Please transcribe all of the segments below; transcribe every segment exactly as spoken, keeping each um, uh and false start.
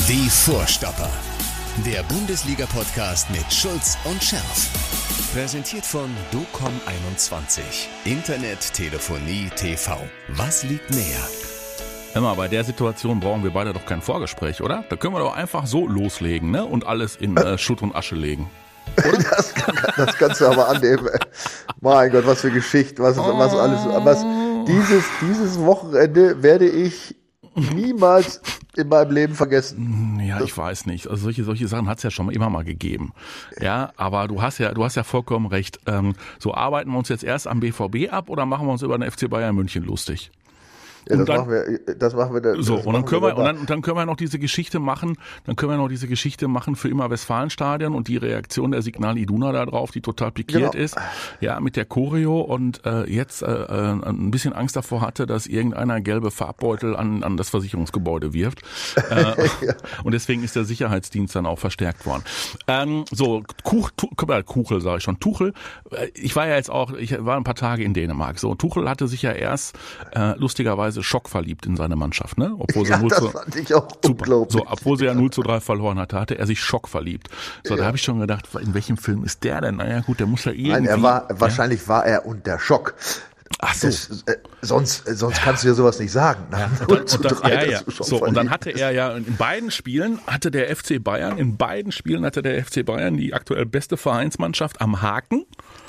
Die Vorstopper. Der Bundesliga-Podcast mit Schulz und Scherf. Präsentiert von docom einundzwanzig. Internet, Telefonie, T V. Was liegt näher? Immer, bei der Situation brauchen wir beide doch kein Vorgespräch, oder? Da können wir doch einfach so loslegen, ne? Und alles in äh, Schutt und Asche legen. Das, das kannst du aber annehmen. Mein Gott, was für Geschichte, was, was alles. Was, dieses, dieses Wochenende werde ich niemals in meinem Leben vergessen. Ja, ich weiß nicht. Also solche, solche Sachen hat es ja schon immer mal gegeben. Ja, aber du hast ja, du hast ja vollkommen recht. Ähm, so arbeiten wir uns jetzt erst am B V B ab oder machen wir uns über den F C Bayern München lustig? Ja, das, dann, machen wir, das machen wir dann. So, und dann können wir, und dann, und dann können wir noch diese Geschichte machen, dann können wir noch diese Geschichte machen für immer Westfalenstadion und die Reaktion der Signal Iduna da drauf, die total pikiert genau. ist. Ja, mit der Choreo und äh, jetzt äh, ein bisschen Angst davor hatte, dass irgendeiner gelbe Farbbeutel an, an das Versicherungsgebäude wirft. Äh, ja. Und deswegen ist der Sicherheitsdienst dann auch verstärkt worden. Ähm, so, Kuch, Tuch, Kuchel sage ich schon. Tuchel, ich war ja jetzt auch, ich war ein paar Tage in Dänemark. So, Tuchel hatte sich ja erst äh, lustigerweise schockverliebt in seine Mannschaft, ne? Obwohl ja, sie das zu, fand ich auch super, unglaublich. so, obwohl sie ja null zu drei verloren hatte, hatte er sich schockverliebt. So, ja. Da habe ich schon gedacht, in welchem Film ist der denn? Naja, gut, der muss ja irgendwie... Nein, er war, ja? wahrscheinlich war er unter Schock. Ach so. Das, äh, sonst, sonst kannst du ja sowas nicht sagen. Ja, und dann, und dann, ja, ja. So, und dann hatte er ja in beiden Spielen, hatte der F C Bayern, in beiden Spielen hatte der F C Bayern die aktuell beste Vereinsmannschaft am Haken.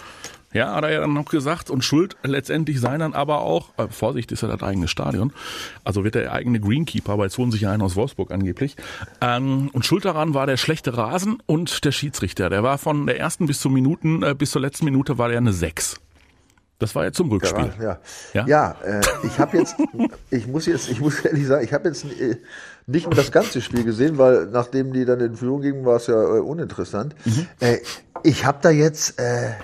Ja, hat er ja dann noch gesagt, und Schuld letztendlich sei dann aber auch, äh, Vorsicht, ist ja das eigene Stadion, also wird der eigene Greenkeeper, aber jetzt holen sich ja einen aus Wolfsburg angeblich, ähm, und Schuld daran war der schlechte Rasen und der Schiedsrichter, der war von der ersten bis zur Minuten, äh, bis zur letzten Minute war der eine sechs. Das war ja zum Rückspiel. Ja, ja. ja äh, ich habe jetzt, ich muss jetzt, ich muss ehrlich sagen, ich habe jetzt äh, nicht mehr das ganze Spiel gesehen, weil nachdem die dann in Führung gingen, war es ja äh, uninteressant. Mhm. Äh, ich habe da jetzt äh,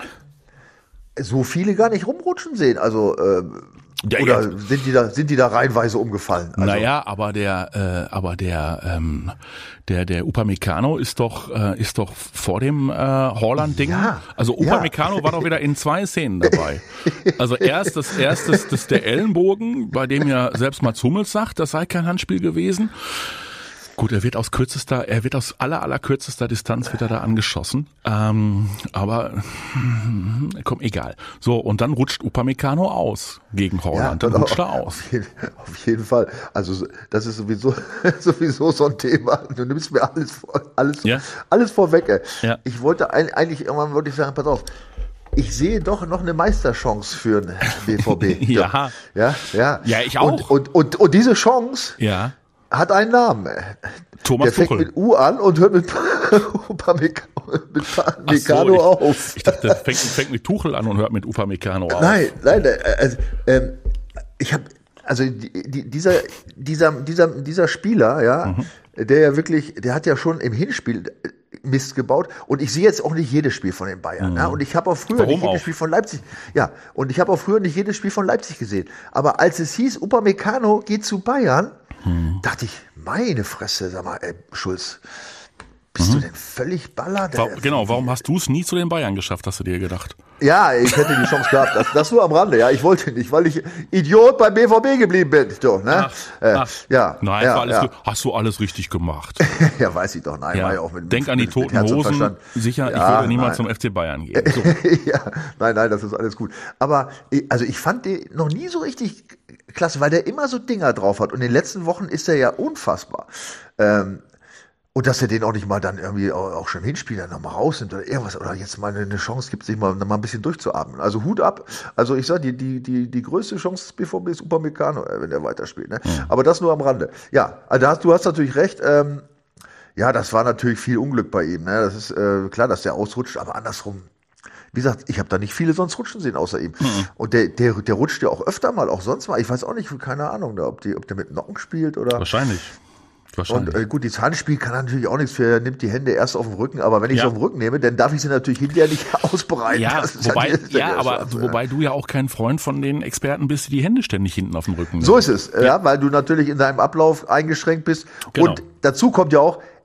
so viele gar nicht rumrutschen sehen. Also äh, ja, oder jetzt. sind die da sind die da reihenweise umgefallen? Also, naja, aber der äh, aber der ähm, der der Upamecano ist doch äh, ist doch vor dem äh, Haaland-Ding. Ja, also Upamecano ja. war doch wieder in zwei Szenen dabei. Also erst das erste, das, das der Ellenbogen, bei dem ja selbst Mats Hummels sagt, das sei kein Handspiel gewesen. Gut, er wird aus kürzester, er wird aus aller, aller kürzester Distanz wird er da angeschossen. Ähm, aber komm, egal. So, und dann rutscht Upamecano aus gegen Haaland. Ja, dann rutscht er aus. Auf jeden, auf jeden Fall. Also das ist sowieso sowieso so ein Thema. Du nimmst mir alles vor, alles, ja. alles vorweg. Ey. Ja. Ich wollte eigentlich irgendwann wollte ich sagen, pass auf. Ich sehe doch noch eine Meisterchance für den B V B. ja. ja, ja. Ja, ich auch. Und, und, und, und diese Chance. Ja. Hat einen Namen. Thomas Der fängt Tuchel. mit U an und hört mit Upamecano so, auf. Ich dachte, fängt, fängt mit Tuchel an und hört mit Upamecano auf. Nein, nein, also, ähm, ich habe, also die, die, dieser, dieser, dieser, dieser Spieler, ja, mhm. der ja wirklich, der hat ja schon im Hinspiel Mist gebaut und ich sehe jetzt auch nicht jedes Spiel von den Bayern. Mhm. Ja, und ich habe auch früher Warum nicht jedes auch? Spiel von Leipzig. Ja, und ich habe auch früher nicht jedes Spiel von Leipzig gesehen. Aber als es hieß, Upamecano geht zu Bayern, hm. dachte ich, meine Fresse, sag mal, ey, Schulz, bist mhm. du denn völlig ballert? War, genau, warum hast du es nie zu den Bayern geschafft, hast du dir gedacht? Ja, ich hätte die Chance gehabt. Das, das nur am Rande, ja. Ich wollte nicht, weil ich Idiot beim B V B geblieben bin. So, ne? Ach, äh, ach. Ja. Nein, ja, war alles ja. gut. Hast du alles richtig gemacht. Ja, weiß ich doch. Nein, ja. war ja auch mit Denk mit, an die mit, toten mit Hosen. Sicher, ja, ich würde niemals nein. zum F C Bayern gehen. So. Ja, nein, nein, das ist alles gut. Aber also ich fand den noch nie so richtig klasse, weil der immer so Dinger drauf hat. Und in den letzten Wochen ist er ja unfassbar. Ähm, Und dass er den auch nicht mal dann irgendwie auch schon hinspielt, dann nochmal rausnimmt oder irgendwas, oder jetzt mal eine Chance gibt, sich mal, mal ein bisschen durchzuatmen. Also Hut ab. Also ich sag, die, die, die, die größte Chance des B V B ist Upamecano, wenn er weiterspielt. Ne? Mhm. Aber das nur am Rande. Ja, also hast, du hast natürlich recht. Ähm, ja, das war natürlich viel Unglück bei ihm. Ne? Das ist äh, klar, dass der ausrutscht, aber andersrum. Wie gesagt, ich habe da nicht viele sonst rutschen sehen, außer ihm. Mhm. Und der, der, der rutscht ja auch öfter mal, auch sonst mal. Ich weiß auch nicht, keine Ahnung, da, ob, die, ob der mit Nocken spielt oder. Wahrscheinlich. Und äh, gut, die Zahnspiel kann er natürlich auch nichts für, er nimmt die Hände erst auf dem Rücken, aber wenn ich ja. sie auf dem Rücken nehme, dann darf ich sie natürlich hinterher nicht ausbreiten. Ja, das ist wobei, ja, die, ja aber Chance, wobei ja. du ja auch kein Freund von den Experten bist, die die Hände ständig hinten auf dem Rücken nehmen. So ist es, ja. ja, weil du natürlich in deinem Ablauf eingeschränkt bist. Genau. Und dazu kommt ja auch,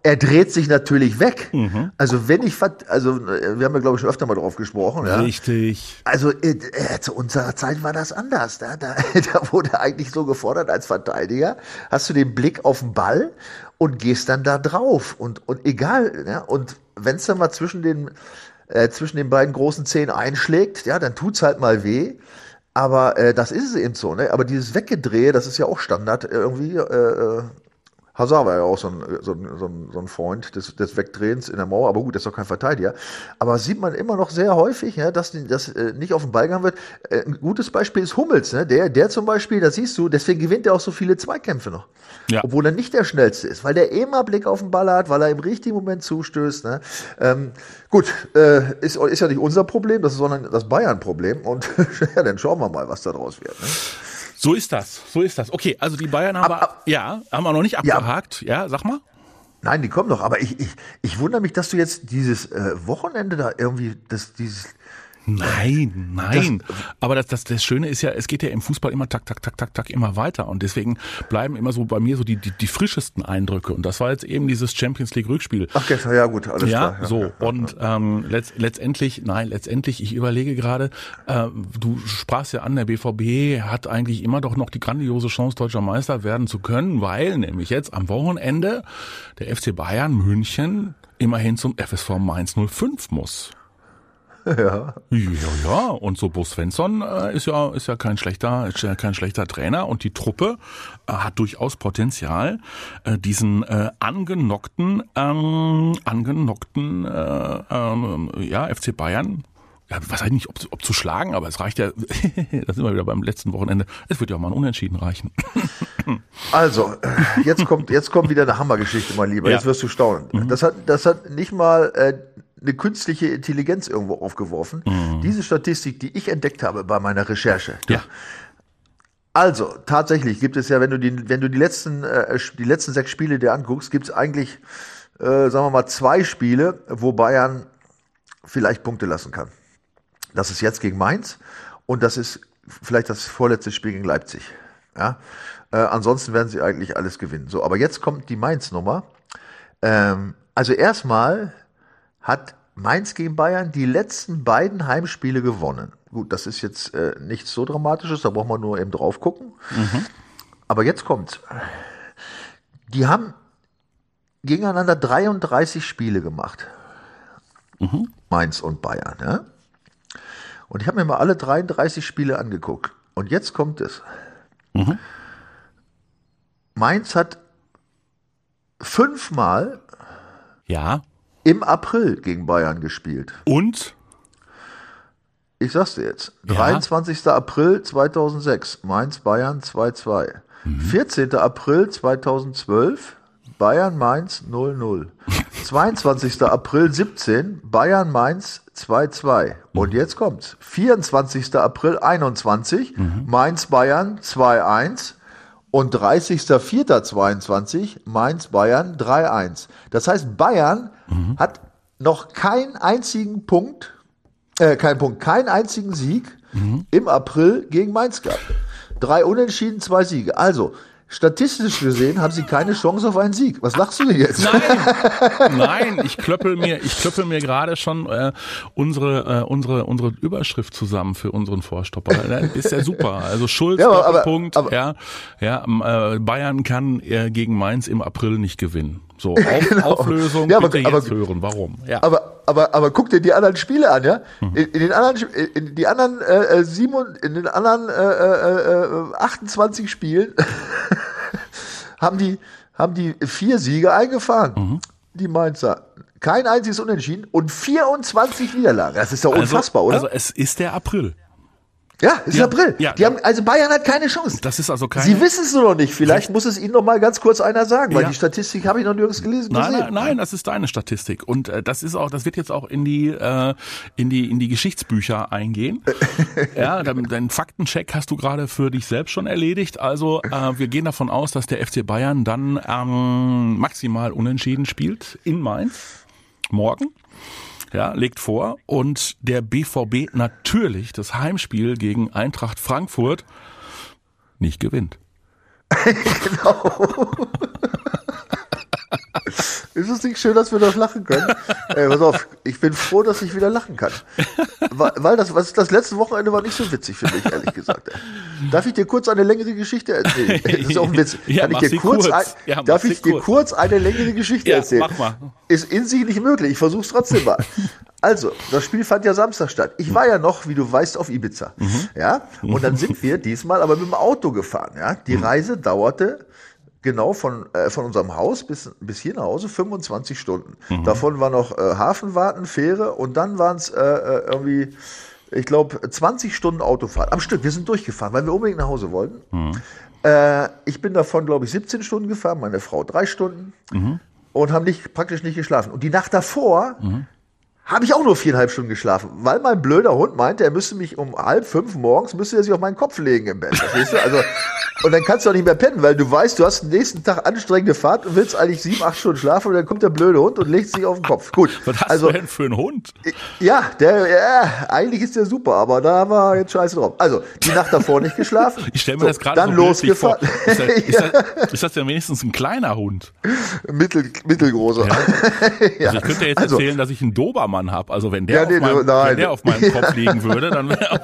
er dreht sich natürlich weg. Mhm. Also wenn ich, also wir haben ja glaube ich schon öfter mal drauf gesprochen. Ja? Richtig. Also äh, zu unserer Zeit war das anders. Da, da, da wurde eigentlich so gefordert als Verteidiger, hast du den Blick auf den Ball und gehst dann da drauf. Und, und egal, ja? Und wenn es dann mal zwischen den, äh, zwischen den beiden großen Zehen einschlägt, ja, dann tut's halt mal weh. Aber äh, das ist es eben so, ne? Aber dieses Weggedrehe, das ist ja auch Standard irgendwie. Äh, Hazard war ja auch so ein, so ein, so ein, so ein Freund des, des Wegdrehens in der Mauer, aber gut, das ist doch kein Verteidiger. Aber sieht man immer noch sehr häufig, ja, dass das äh, nicht auf den Ball gegangen wird. Äh, ein gutes Beispiel ist Hummels, ne? Der, der zum Beispiel, das siehst du, deswegen gewinnt er auch so viele Zweikämpfe noch. Ja. Obwohl er nicht der Schnellste ist, weil der immer Blick auf den Ball hat, weil er im richtigen Moment zustößt. Ne? Ähm, gut, äh, ist, ist ja nicht unser Problem, das ist sondern das Bayern-Problem. Und ja, dann schauen wir mal, was da draus wird. Ne? So ist das, so ist das. Okay, also die Bayern haben, ab, ab, wir, ja, haben wir noch nicht abgehakt. Ja, ja, sag mal. Nein, die kommen noch. Aber ich, ich, ich wundere mich, dass du jetzt dieses äh, Wochenende da irgendwie, das, dieses... Nein, nein. Das, aber das, das, das Schöne ist ja, es geht ja im Fußball immer tak, tak, tak, tak, tak, immer weiter. Und deswegen bleiben immer so bei mir so die, die, die frischesten Eindrücke. Und das war jetzt eben dieses Champions League Rückspiel. Ach, gestern, ja gut, alles ja, klar. Ja, so. Ja, und ähm, letzt, letztendlich, nein, letztendlich, ich überlege gerade, äh, du sprachst ja an, der B V B hat eigentlich immer doch noch die grandiose Chance, deutscher Meister werden zu können, weil nämlich jetzt am Wochenende der F C Bayern München immerhin zum F S V Mainz null fünf muss. Ja. Ja, ja. Und so Bo Svensson äh, ist ja ist ja kein schlechter ist ja kein schlechter Trainer und die Truppe äh, hat durchaus Potenzial, äh, diesen äh, angenockten ähm, angenockten äh, ähm, ja F C Bayern. Ja, was heißt nicht, ob, ob zu schlagen, aber es reicht ja, da sind wir wieder beim letzten Wochenende, es wird ja auch mal ein Unentschieden reichen. Also, jetzt kommt jetzt kommt wieder eine Hammergeschichte, mein Lieber, ja. Jetzt wirst du staunen. Mhm. Das hat das hat nicht mal äh, eine künstliche Intelligenz irgendwo aufgeworfen. Mhm. Diese Statistik, die ich entdeckt habe bei meiner Recherche. Ja. Also, tatsächlich gibt es ja, wenn du die, wenn du die letzten, äh, die letzten sechs Spiele dir anguckst, gibt es eigentlich, äh, sagen wir mal, zwei Spiele, wo Bayern vielleicht Punkte lassen kann. Das ist jetzt gegen Mainz und das ist vielleicht das vorletzte Spiel gegen Leipzig. Ja? Äh, ansonsten werden sie eigentlich alles gewinnen. So, aber jetzt kommt die Mainz-Nummer. Ähm, also erstmal hat Mainz gegen Bayern die letzten beiden Heimspiele gewonnen. Gut, das ist jetzt äh, nichts so Dramatisches, da braucht man nur eben drauf gucken. Mhm. Aber jetzt kommt's. Die haben gegeneinander dreiunddreißig Spiele gemacht. Mhm. Mainz und Bayern. Ja? Und ich habe mir mal alle dreiunddreißig Spiele angeguckt. Und jetzt kommt es. Mhm. Mainz hat fünfmal ja. im April gegen Bayern gespielt. Und? Ich sag's dir jetzt. Ja. dreiundzwanzigster April zweitausendsechs, Mainz-Bayern zwei zwei. Mhm. vierzehnter April zweitausendzwölf, Bayern-Mainz null null. zweiundzwanzigster April siebzehn, Bayern-Mainz zwei zwei. Mhm. Und jetzt kommt's. vierundzwanzigster April einundzwanzig, mhm. Mainz-Bayern zwei eins. Und dreißigster vierter zweiundzwanzig, Mainz-Bayern drei eins. Das heißt, Bayern mhm. hat noch keinen einzigen Punkt, äh, keinen Punkt, keinen einzigen Sieg mhm. im April gegen Mainz gehabt. Drei Unentschieden, zwei Siege. Also, statistisch gesehen haben sie keine Chance auf einen Sieg. Was lachst du denn jetzt? Nein, nein, ich klöppel mir, ich klöppel mir gerade schon äh, unsere, äh, unsere, unsere Überschrift zusammen für unseren Vorstopper. Ist ja super. Also Schulz, ja, aber, Punkt, aber, ja, ja, äh, Bayern kann äh, gegen Mainz im April nicht gewinnen. So, auf, genau. Auflösung, ja, aber, bitte aber, jetzt hören. Warum? Ja. Aber, aber, aber guck dir die anderen Spiele an, ja? Mhm. In, in den anderen, in die anderen äh, sieben, in den anderen äh, äh, achtundzwanzig Spielen haben die, haben die vier Siege eingefahren. Mhm. Die Mainzer. Kein einziges Unentschieden und vierundzwanzig Niederlagen. Das ist doch unfassbar, also, oder? Also es ist der April. Ja, es ist ja, April. Ja, die haben, also Bayern hat keine Chance. Das ist also keine. Sie wissen es nur noch nicht. Vielleicht muss es Ihnen noch mal ganz kurz einer sagen, weil ja. die Statistik habe ich noch nirgends gelesen. Nein, nein, nein, das ist deine Statistik und äh, das ist auch, das wird jetzt auch in die äh, in die in die Geschichtsbücher eingehen. Ja, deinen dein Faktencheck hast du gerade für dich selbst schon erledigt. Also äh, wir gehen davon aus, dass der F C Bayern dann ähm, maximal unentschieden spielt in Mainz morgen. Ja, legt vor und der B V B natürlich das Heimspiel gegen Eintracht Frankfurt nicht gewinnt. Genau. Ist es nicht schön, dass wir noch lachen können? Ey, pass auf, ich bin froh, dass ich wieder lachen kann. Weil, weil das, was, das letzte Wochenende war nicht so witzig für mich, ehrlich gesagt. Ey. Darf ich dir kurz eine längere Geschichte erzählen? Das ist auch ein Witz. Ja, Kann ich dir kurz, kurz. Ein, Ja, darf ich dir kurz. kurz eine längere Geschichte Ja, erzählen? mach mal. Ist in sich nicht möglich. Ich versuche es trotzdem mal. Also, das Spiel fand ja Samstag statt. Ich war ja noch, wie du weißt, auf Ibiza. Mhm. Ja? Und dann sind wir diesmal aber mit dem Auto gefahren. Ja? Die Reise dauerte genau von, äh, von unserem Haus bis, bis hier nach Hause fünfundzwanzig Stunden. Mhm. Davon war noch äh, Hafenwarten, Fähre und dann waren es äh, irgendwie, ich glaube, zwanzig Stunden Autofahrt am Stück. Wir sind durchgefahren, weil wir unbedingt nach Hause wollten. Mhm. Äh, ich bin davon, glaube ich, siebzehn Stunden gefahren, meine Frau drei Stunden mhm. und haben nicht, praktisch nicht geschlafen. Und die Nacht davor mhm. habe ich auch nur viereinhalb Stunden geschlafen, weil mein blöder Hund meinte, er müsste mich um halb fünf morgens, müsste er sich auf meinen Kopf legen im Bett. Verstehst du? Also, und dann kannst du auch nicht mehr pennen, weil du weißt, du hast den nächsten Tag anstrengende Fahrt und willst eigentlich sieben, acht Stunden schlafen und dann kommt der blöde Hund und legt sich auf den Kopf. Gut. Was hast also, du denn für einen Hund? Ja, der, ja, eigentlich ist der super, aber da war jetzt scheiße drauf. Also, die Nacht davor nicht geschlafen. Ich stelle mir so, das gerade dann so losgefahren. vor. Ist, das, ist, das, ist das ja wenigstens ein kleiner Hund? Mittel, mittelgroßer. Ja. Ja. Also ich könnte jetzt also, erzählen, dass ich einen Dobermann habe. Also wenn der, ja, auf, nee, meinem, nein. wenn der auf meinem Kopf liegen würde, dann wäre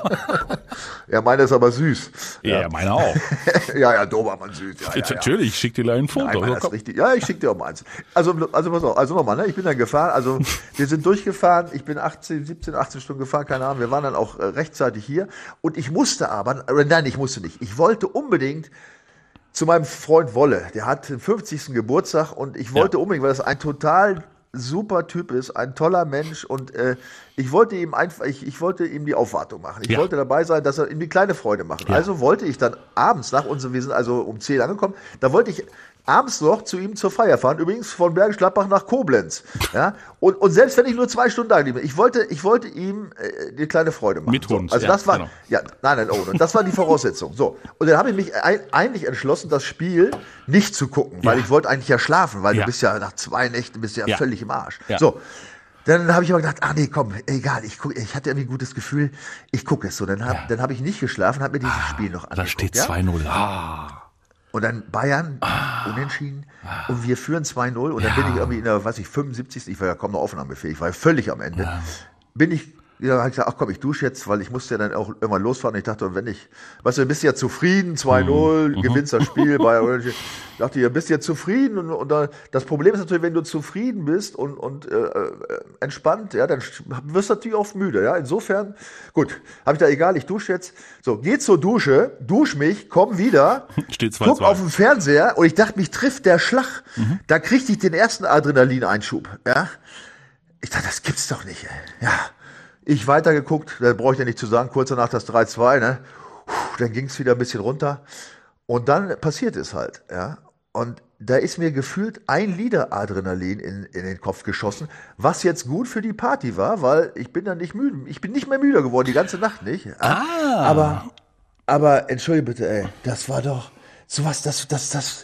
ja, meiner ist aber süß. Ja, ja, meiner auch. ja, ja, Dobermann süß. Ja, ja, Natürlich, ich schicke dir gleich ein Foto. Nein, Mann, das ist richtig. Ja, ich schicke dir auch mal eins. Also, also pass auf, also nochmal, ne? Ich bin dann gefahren, also wir sind durchgefahren, ich bin achtzehn, siebzehn, achtzehn Stunden gefahren, keine Ahnung, wir waren dann auch äh, rechtzeitig hier und ich musste aber, äh, nein, ich musste nicht, ich wollte unbedingt zu meinem Freund Wolle, der hat den fünfzigsten Geburtstag und ich wollte ja. unbedingt, weil das ein total super Typ ist, ein toller Mensch und äh, ich wollte ihm einfach, ich, ich wollte ihm die Aufwartung machen. Ich ja. wollte dabei sein, dass er ihm die kleine Freude machen. Ja. Also wollte ich dann abends nach uns, wir sind also um zehn angekommen, da wollte ich abends noch zu ihm zur Feier fahren, übrigens von Bergisch Gladbach nach Koblenz. Ja? Und, und selbst wenn ich nur zwei Stunden da blieb, ich wollte, ich wollte ihm äh, die kleine Freude machen. Mit Hund. So, also ja, das war, genau. ja, nein, nein, ohne. Das war die Voraussetzung. So. Und dann habe ich mich ein, eigentlich entschlossen, das Spiel nicht zu gucken, weil ja. ich wollte eigentlich ja schlafen, weil ja. du bist ja nach zwei Nächten bist ja, ja. völlig im Arsch. Ja. So. Dann habe ich aber gedacht, ah nee, komm, egal, ich guck, ich hatte irgendwie ein gutes Gefühl, ich gucke es so. Dann habe ja. hab ich nicht geschlafen, habe mir dieses Spiel noch angeguckt. Da steht ja? zwei null. Ah. Und dann Bayern, ah, unentschieden, ah, und wir führen zwei null und dann ja. bin ich irgendwie in der, weiß ich, fünfundsiebzigsten ich war ja kaum noch aufnahmefähig, ich war ja völlig am Ende, ja. bin ich, ja, habe ich gesagt, ach komm, ich dusche jetzt, weil ich musste ja dann auch irgendwann losfahren und ich dachte, wenn ich, weißt du, du bist ja zufrieden, zwei null, mhm. gewinnst das Spiel, Bayern unentschieden, ich dachte, du bist ja zufrieden und, und da, das Problem ist natürlich, wenn du zufrieden bist und, und äh, entspannt, ja, dann wirst du natürlich oft müde, ja, insofern, gut, habe ich da, egal, ich dusche jetzt, so, geh zur Dusche, dusch mich, komm wieder, Steht zwei, guck zwei. auf den Fernseher und ich dachte, mich trifft der Schlag, mhm. da kriegte ich den ersten Adrenalineinschub, ja, ich dachte, das gibt's doch nicht, ey. Ja, ich weitergeguckt, da brauche ich ja nicht zu sagen, kurz danach das drei zwei, ne, dann ging's wieder ein bisschen runter und dann passiert es halt, ja, und da ist mir gefühlt ein Liter Adrenalin in, in den Kopf geschossen, was jetzt gut für die Party war, weil ich bin dann nicht müde. Ich bin nicht mehr müde geworden, die ganze Nacht nicht. Ah. Aber, aber, entschuldige bitte, ey, das war doch sowas, das, das, das,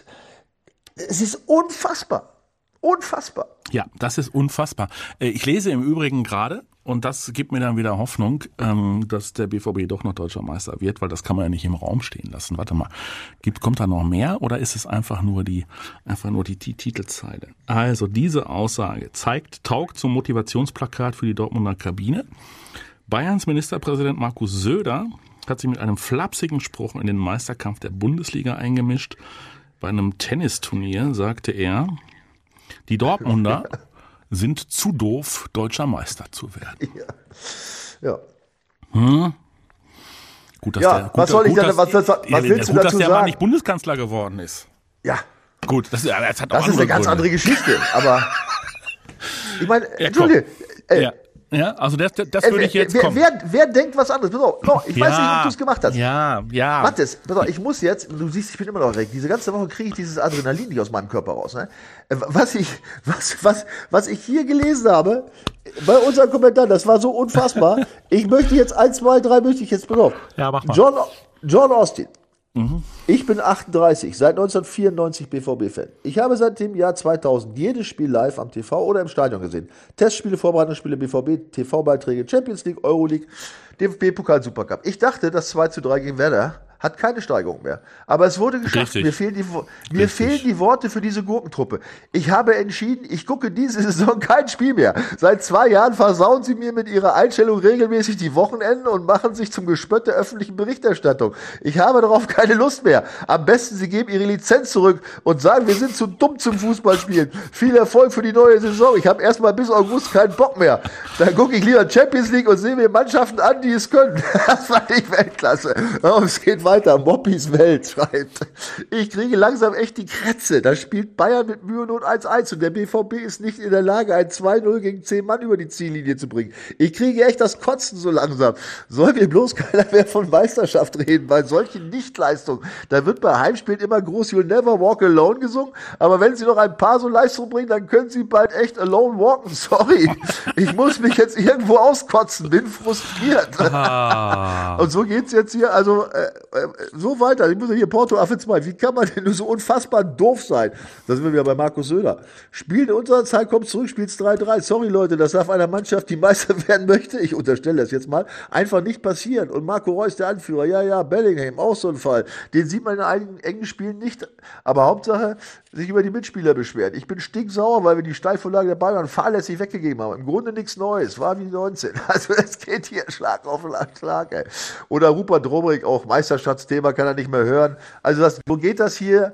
es ist unfassbar. Unfassbar. Ja, das ist unfassbar. Ich lese im Übrigen gerade, und das gibt mir dann wieder Hoffnung, dass der B V B doch noch deutscher Meister wird, weil das kann man ja nicht im Raum stehen lassen. Warte mal, gibt, kommt da noch mehr oder ist es einfach nur die, einfach nur die, die Titelzeile? Also diese Aussage zeigt, taugt zum Motivationsplakat für die Dortmunder Kabine. Bayerns Ministerpräsident Markus Söder hat sich mit einem flapsigen Spruch in den Meisterkampf der Bundesliga eingemischt. Bei einem Tennisturnier sagte er, die Dortmunder sind zu doof, deutscher Meister zu werden. Ja. ja. Hm? Gut, dass ja, der, gut, was soll ich gut, denn, dass, was, was, was ja, willst gut, du dazu dass der sagen? Mann nicht Bundeskanzler geworden ist. Ja. Gut, das, ja, das hat das auch ist eine ganz Gründe. andere Geschichte, aber ich meine, ja, Entschuldige, ey, ja. Ja, also das, das ey, würde ich jetzt wer, kommen. Wer, wer denkt was anderes? Pass auf, no, ich ja, weiß nicht, ob du es gemacht hast. Ja, ja. Warte, pass auf, ich muss jetzt, du siehst, ich bin immer noch weg. Diese ganze Woche kriege ich dieses Adrenalin nicht aus meinem Körper raus. Ne? Was ich, was, was, was ich hier gelesen habe, bei unserem Kommentar, das war so unfassbar. Ich möchte jetzt eins, zwei, drei möchte ich jetzt, pass auf. Ja, mach mal. John, John Austin. Mhm. Ich bin achtunddreißig, seit neunzehnhundertvierundneunzig B V B-Fan. Ich habe seit dem Jahr zweitausend jedes Spiel live am T V oder im Stadion gesehen. Testspiele, Vorbereitungsspiele, B V B, T V-Beiträge, Champions League, Euroleague, D F B-Pokal, Supercup. Ich dachte, das zwei zu drei gegen Werder hat keine Steigerung mehr. Aber es wurde geschafft. Richtig. Mir, fehlen die, mir fehlen die Worte für diese Gurkentruppe. Ich habe entschieden, ich gucke diese Saison kein Spiel mehr. Seit zwei Jahren versauen sie mir mit ihrer Einstellung regelmäßig die Wochenenden und machen sich zum Gespött der öffentlichen Berichterstattung. Ich habe darauf keine Lust mehr. Am besten, sie geben ihre Lizenz zurück und sagen, wir sind zu dumm zum Fußballspielen. Viel Erfolg für die neue Saison. Ich habe erstmal bis August keinen Bock mehr. Dann gucke ich lieber Champions League und sehe mir Mannschaften an, die es können. Das fand ich Weltklasse. Oh, es geht weiter. Moppis Welt schreibt. Ich kriege langsam echt die Krätze. Da spielt Bayern mit Mühe und Not eins eins und der B V B ist nicht in der Lage, ein zwei null gegen zehn Mann über die Ziellinie zu bringen. Ich kriege echt das Kotzen so langsam. Soll mir bloß keiner mehr von Meisterschaft reden. Bei solchen Nichtleistungen, da wird bei Heimspielen immer groß You'll Never Walk Alone gesungen, aber wenn sie noch ein paar so Leistungen bringen, dann können sie bald echt alone walken. Sorry. Ich muss mich jetzt irgendwo auskotzen. Bin frustriert. Ah. Und so geht's jetzt hier, also äh, so weiter. Ich muss ja hier Porto Affe zwei. Wie kann man denn nur so unfassbar doof sein? Da sind wir wieder bei Markus Söder. Spiel in unserer Zeit, kommt zurück, spielt's drei drei. Sorry Leute, das darf einer Mannschaft, die Meister werden möchte, ich unterstelle das jetzt mal, einfach nicht passieren. Und Marco Reus, der Anführer, ja, ja, Bellingham, auch so ein Fall. Den sieht man in einigen engen Spielen nicht. Aber Hauptsache, sich über die Mitspieler beschweren. Ich bin stinksauer, weil wir die Steilvorlage der Bayern fahrlässig weggegeben haben. Im Grunde nichts Neues. War wie neunzehn. Also es geht hier Schlag auf Schlag, ey. Oder Rupert Droberik, auch Meisterschaftsthema kann er nicht mehr hören. Also das, wo geht das hier?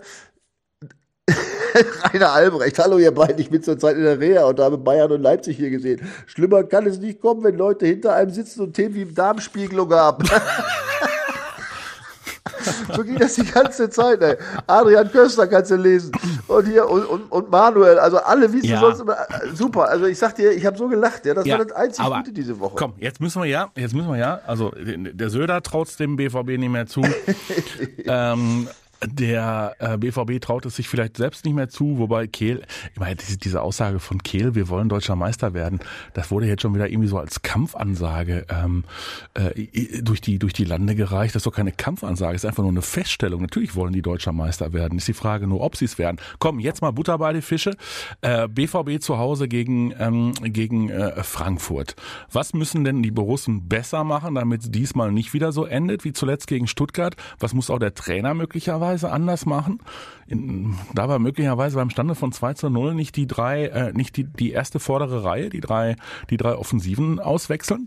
Rainer Albrecht, hallo ihr beiden, ich bin zurzeit in der Reha und habe Bayern und Leipzig hier gesehen. Schlimmer kann es nicht kommen, wenn Leute hinter einem sitzen und Themen wie Darmspiegelung haben. So ging das die ganze Zeit, ey. Adrian Köster kannst du lesen. Und hier, und, und, und Manuel, also alle wissen ja. sonst immer, super. Also ich sag dir, ich habe so gelacht, ja, das ja, war das einzig Gute diese Woche. Komm, jetzt müssen wir ja, jetzt müssen wir ja, also der Söder traut dem B V B nicht mehr zu. ähm, Der äh, B V B traut es sich vielleicht selbst nicht mehr zu, wobei Kehl, ich meine, diese, diese Aussage von Kehl, wir wollen deutscher Meister werden, das wurde jetzt schon wieder irgendwie so als Kampfansage ähm, äh, durch die durch die Lande gereicht. Das ist doch keine Kampfansage, das ist einfach nur eine Feststellung. Natürlich wollen die deutscher Meister werden. Ist die Frage nur, ob sie es werden. Komm, jetzt mal Butter bei die Fische. Äh, B V B zu Hause gegen ähm, gegen äh, Frankfurt. Was müssen denn die Borussen besser machen, damit es diesmal nicht wieder so endet wie zuletzt gegen Stuttgart? Was muss auch der Trainer möglicherweise anders machen? In, da war möglicherweise beim Stande von zwei zu null nicht die drei, äh, nicht die, die erste vordere Reihe, die drei, die drei Offensiven auswechseln?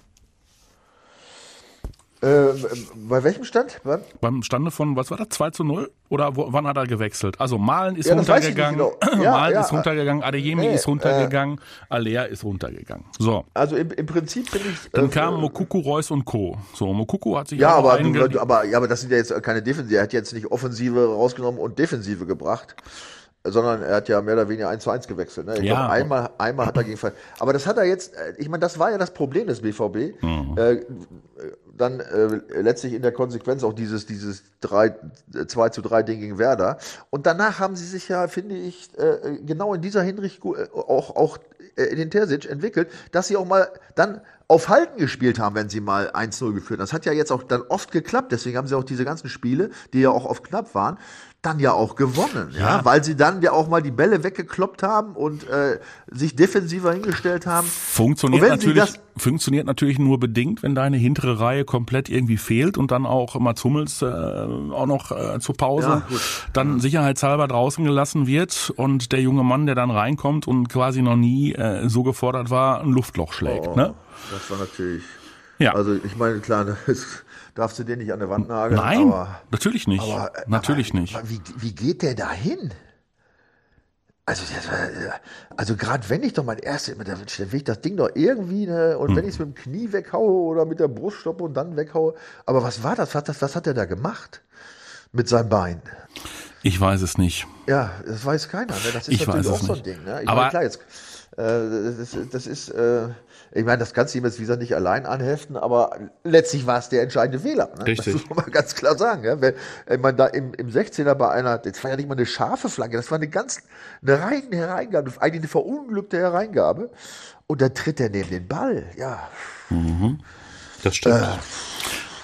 Äh, bei welchem Stand? Wann? Beim Stande von, was war das, zwei zu null? Oder wo, wann hat er gewechselt? Also Malen ist ja, runtergegangen, genau. ja, Malen ja, ist runtergegangen, Adeyemi nee, ist runtergegangen, äh, Alea ist runtergegangen. So. Also im, im Prinzip finde ich... Dann äh, kamen Moukoko, Reus und Co. So, Moukoko hat sich ja, auch aber, einge- aber, ja, aber das sind ja jetzt keine Defensive. Er hat jetzt nicht Offensive rausgenommen und Defensive gebracht, sondern er hat ja mehr oder weniger eins zu eins gewechselt. Ne? Ich ja. glaube, einmal, einmal hat er gegen... Aber das hat er jetzt... Ich meine, das war ja das Problem des B V B. Mhm. Äh, dann äh, letztlich in der Konsequenz auch dieses, dieses zwei zu drei Ding gegen Werder. Und danach haben sie sich ja, finde ich, äh, genau in dieser Hinrichtung äh, auch, auch äh, in den Terzic entwickelt, dass sie auch mal dann auf Halten gespielt haben, wenn sie mal eins null geführt haben. Das hat ja jetzt auch dann oft geklappt. Deswegen haben sie auch diese ganzen Spiele, die ja auch oft knapp waren, dann ja auch gewonnen, ja, ja, weil sie dann ja auch mal die Bälle weggekloppt haben und äh, sich defensiver hingestellt haben. Funktioniert natürlich, funktioniert natürlich nur bedingt, wenn deine hintere Reihe komplett irgendwie fehlt und dann auch Mats Hummels äh, auch noch äh, zur Pause ja, dann ja. sicherheitshalber draußen gelassen wird und der junge Mann, der dann reinkommt und quasi noch nie äh, so gefordert war, ein Luftloch schlägt. Oh, ne? Das war natürlich, ja. Also ich meine, klar, das darfst du dir nicht an der Wand nageln. Nein, aber, natürlich nicht. Aber, natürlich aber, nicht. Wie, wie geht der da hin? Also, also gerade wenn ich doch mein erstes, dann will ich das Ding doch irgendwie, ne, und hm. wenn ich es mit dem Knie weghaue oder mit der Brust stoppe und dann weghaue. Aber was war das? Was, das, was hat er da gemacht mit seinem Bein? Ich weiß es nicht. Ja, das weiß keiner. Ne? Das ist ich natürlich auch nicht. so ein Ding. Ne? Ich aber meine, klar, jetzt, äh, das, das ist, äh, ich meine, das kannst du ihm jetzt, wie gesagt, nicht allein anheften, aber letztlich war es der entscheidende Fehler. Ne? Richtig. Das muss man ganz klar sagen. Ja? Wenn, ich meine, da im, im sechzehner bei einer, das war ja nicht mal eine scharfe Flanke, das war eine ganz, eine reine Hereingabe, eigentlich eine verunglückte Hereingabe. Und dann tritt er neben den Ball. Ja. Mhm. Das stimmt. Äh,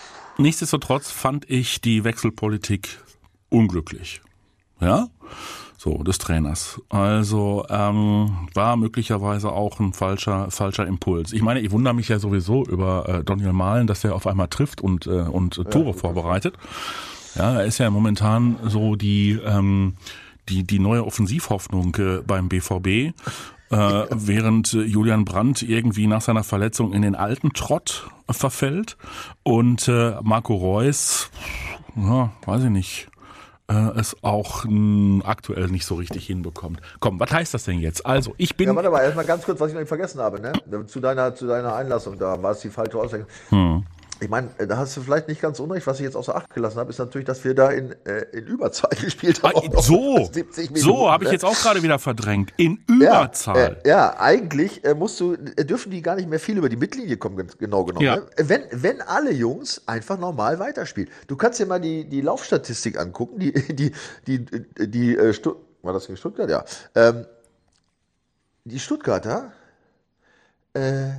Nichtsdestotrotz fand ich die Wechselpolitik unglücklich. Ja? so des Trainers. Also ähm, war möglicherweise auch ein falscher falscher Impuls. Ich meine, ich wundere mich ja sowieso über äh, Daniel Mahlen, dass er auf einmal trifft und äh, und ja, Tore vorbereitet. Ja, er ist ja momentan so die ähm, die die neue Offensivhoffnung äh, beim B V B. Äh, während äh, Julian Brandt irgendwie nach seiner Verletzung in den alten Trott äh, verfällt und äh, Marco Reus, ja, weiß ich nicht, äh, es auch mh, aktuell nicht so richtig hinbekommt. Komm, was heißt das denn jetzt? Also, ich bin... Ja, warte mal, erstmal ganz kurz, was ich noch nicht vergessen habe, ne? Zu deiner, zu deiner Einlassung da, war es die falsche Aussage. Hm. Ich meine, da hast du vielleicht nicht ganz unrecht. Was ich jetzt außer Acht gelassen habe, ist natürlich, dass wir da in, äh, in Überzahl gespielt haben. Ah, so, so habe ich jetzt auch gerade wieder verdrängt. In Überzahl. Ja, äh, ja eigentlich äh, musst du, äh, dürfen die gar nicht mehr viel über die Mittellinie kommen, genau genommen. Ja. Ne? Wenn, wenn alle Jungs einfach normal weiterspielen. Du kannst dir mal die, die Laufstatistik angucken, die, die, die, die, die äh, Stutt- war das in Stuttgart? Ja. Ähm, die Stuttgarter, äh,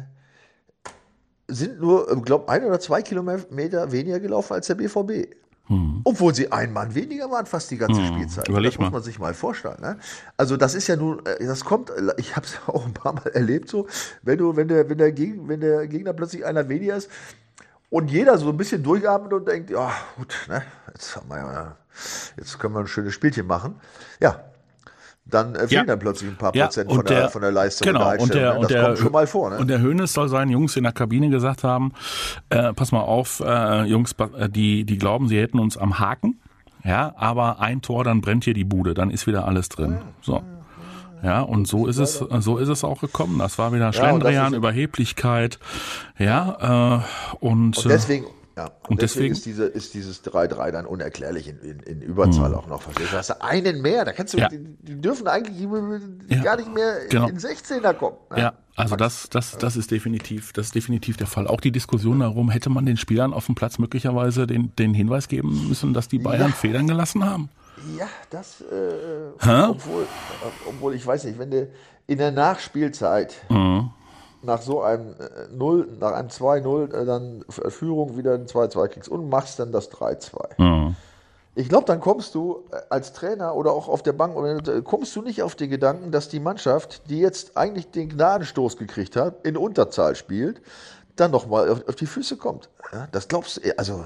sind nur, glaube ein oder zwei Kilometer weniger gelaufen als der B V B. Hm. Obwohl sie ein Mann weniger waren, fast die ganze hm. Spielzeit. Überleg das muss man sich mal vorstellen. Ne? Also das ist ja nun, das kommt, ich habe es auch ein paar Mal erlebt so, wenn du, wenn der, wenn der, Geg- wenn der Gegner plötzlich einer weniger ist und jeder so ein bisschen durchatmet und denkt, ja gut, ne, jetzt haben wir ja, jetzt können wir ein schönes Spielchen machen. Ja. Dann äh, fehlen ja. dann plötzlich ein paar ja, Prozent von der, der, von der Leistung. Genau, und der, das und der, kommt schon mal vor. Ne? Und der Hoeneß soll seinen Jungs in der Kabine gesagt haben, äh, pass mal auf, äh, Jungs, die, die glauben, sie hätten uns am Haken, ja, aber ein Tor, dann brennt hier die Bude, dann ist wieder alles drin. So. Ja, und so ist es, so ist es auch gekommen. Das war wieder Schlendrian, ja, Überheblichkeit, ja, äh, und, und deswegen, Ja, und, und deswegen, deswegen ist, diese, ist dieses drei drei dann unerklärlich in, in, in Überzahl hm. auch noch. Verstehst du? Hast du einen mehr, da kannst du, ja. die, die dürfen eigentlich ja. gar nicht mehr genau. in sechzehner kommen. Ne? Ja, also das, das, das ist definitiv, das ist definitiv der Fall. Auch die Diskussion darum, hätte man den Spielern auf dem Platz möglicherweise den, den Hinweis geben müssen, dass die Bayern ja. Federn gelassen haben. Ja, das, äh, obwohl, obwohl, ich weiß nicht, wenn du in der Nachspielzeit mhm. nach so einem null, nach einem zwei null dann Führung wieder ein zwei zwei kriegst und machst dann das drei zwei. Mhm. Ich glaube, dann kommst du als Trainer oder auch auf der Bank, kommst du nicht auf den Gedanken, dass die Mannschaft, die jetzt eigentlich den Gnadenstoß gekriegt hat, in Unterzahl spielt, dann nochmal auf, auf die Füße kommt. Ja, das glaubst du, also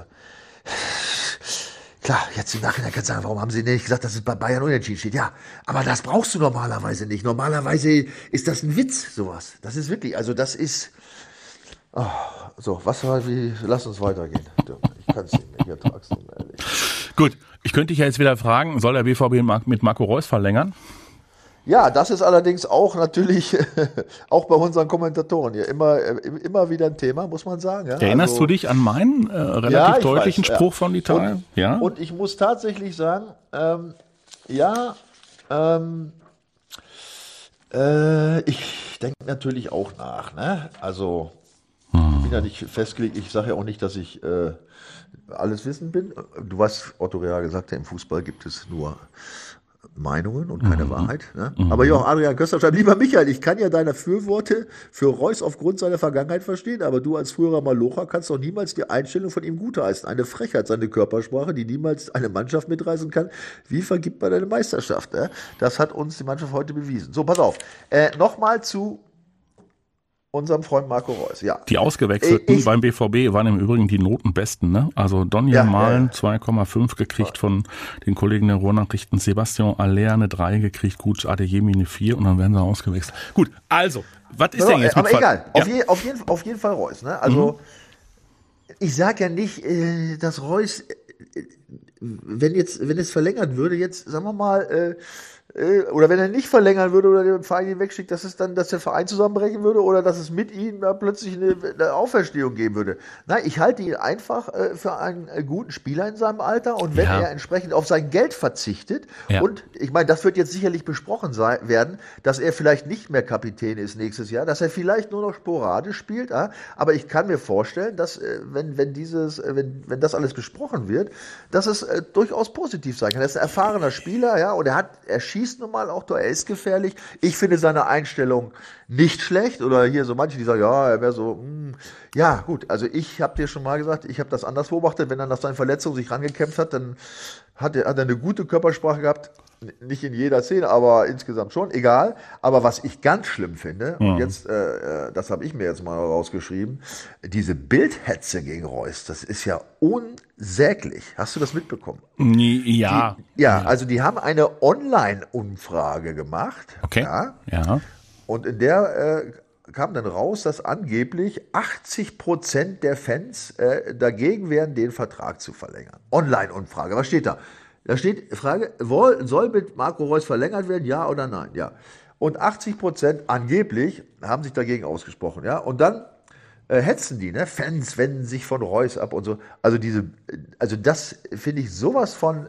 klar, jetzt im Nachhinein kannst du sagen, warum haben sie nicht gesagt, dass es bei Bayern unentschieden steht? Ja, aber das brauchst du normalerweise nicht. Normalerweise ist das ein Witz, sowas. Das ist wirklich, also das ist, oh, so, was war, wie, lass uns weitergehen. Ich kann es nicht mehr, ich ertrag's nicht mehr, ehrlich. Gut, ich könnte dich ja jetzt wieder fragen, soll der B V B mit Marco Reus verlängern? Ja, das ist allerdings auch natürlich, auch bei unseren Kommentatoren hier immer, immer wieder ein Thema, muss man sagen. Ja? Erinnerst also, du dich an meinen äh, relativ ja, deutlichen weiß, Spruch ja. von Italien? Und, ja. und ich muss tatsächlich sagen, ähm, ja, ähm, äh, ich denke natürlich auch nach. Ne? Also, hm. ich bin ja nicht festgelegt, ich sage ja auch nicht, dass ich äh, alles wissen bin. Du weißt, Otto Rea gesagt, ja, im Fußball gibt es nur Meinungen und keine mhm. Wahrheit. Ne? Mhm. Aber ja, Adrian Köster schreibt, lieber Michael, ich kann ja deine Fürworte für Reus aufgrund seiner Vergangenheit verstehen, aber du als früherer Malocher kannst doch niemals die Einstellung von ihm gutheißen. Eine Frechheit, seine Körpersprache, die niemals eine Mannschaft mitreißen kann. Wie vergibt man eine Meisterschaft? Ne? Das hat uns die Mannschaft heute bewiesen. So, pass auf. Äh, Nochmal zu unserem Freund Marco Reus, ja. Die Ausgewechselten ich, beim B V B waren im Übrigen die Notenbesten, ne? Also Donjan ja, Malen ja, ja. zwei Komma fünf gekriegt von den Kollegen der Ruhrnachrichten, Sebastian Aller eine drei gekriegt, gut, Adeyemi eine vier und dann werden sie ausgewechselt. Gut, also, was ist ja, denn jetzt aber mit egal, ja. auf, je, auf, jeden, auf jeden Fall Reus, ne? Also, mhm. ich sag ja nicht, äh, dass Reus, äh, wenn jetzt, wenn es verlängert würde, jetzt, sagen wir mal, äh, oder wenn er nicht verlängern würde oder den Verein ihn wegschickt, dass es dann, dass der Verein zusammenbrechen würde oder dass es mit ihm da plötzlich eine, eine Auferstehung geben würde. Nein, ich halte ihn einfach äh, für einen äh, guten Spieler in seinem Alter und wenn ja. er entsprechend auf sein Geld verzichtet ja. und ich meine, das wird jetzt sicherlich besprochen sein, werden, dass er vielleicht nicht mehr Kapitän ist nächstes Jahr, dass er vielleicht nur noch sporadisch spielt, ja? Aber ich kann mir vorstellen, dass äh, wenn, wenn dieses, äh, wenn, wenn das alles besprochen wird, dass es äh, durchaus positiv sein kann. Er ist ein erfahrener Spieler, ja, und er hat, er schießt nun mal auch, er ist gefährlich. Ich finde seine Einstellung nicht schlecht. Oder hier so manche, die sagen, ja, er wäre so, mh. ja gut, also ich habe dir schon mal gesagt, ich habe das anders beobachtet, wenn er nach seinen Verletzungen sich rangekämpft hat, dann hat er, hat er eine gute Körpersprache gehabt. Nicht in jeder Szene, aber insgesamt schon, egal. Aber was ich ganz schlimm finde, mhm. und jetzt, äh, das habe ich mir jetzt mal rausgeschrieben, diese Bildhetze gegen Reus, das ist ja unsäglich. Hast du das mitbekommen? Ja. Die, ja, ja, also die haben eine Online-Umfrage gemacht. Okay. Ja. ja. Und in der äh, kam dann raus, dass angeblich achtzig Prozent der Fans äh, dagegen wären, den Vertrag zu verlängern. Online-Umfrage, was steht da? Da steht Frage, soll mit Marco Reus verlängert werden, ja oder nein? Ja. Und achtzig Prozent angeblich haben sich dagegen ausgesprochen. Ja. Und dann äh, hetzen die, ne? Fans wenden sich von Reus ab und so. Also diese, also das finde ich sowas von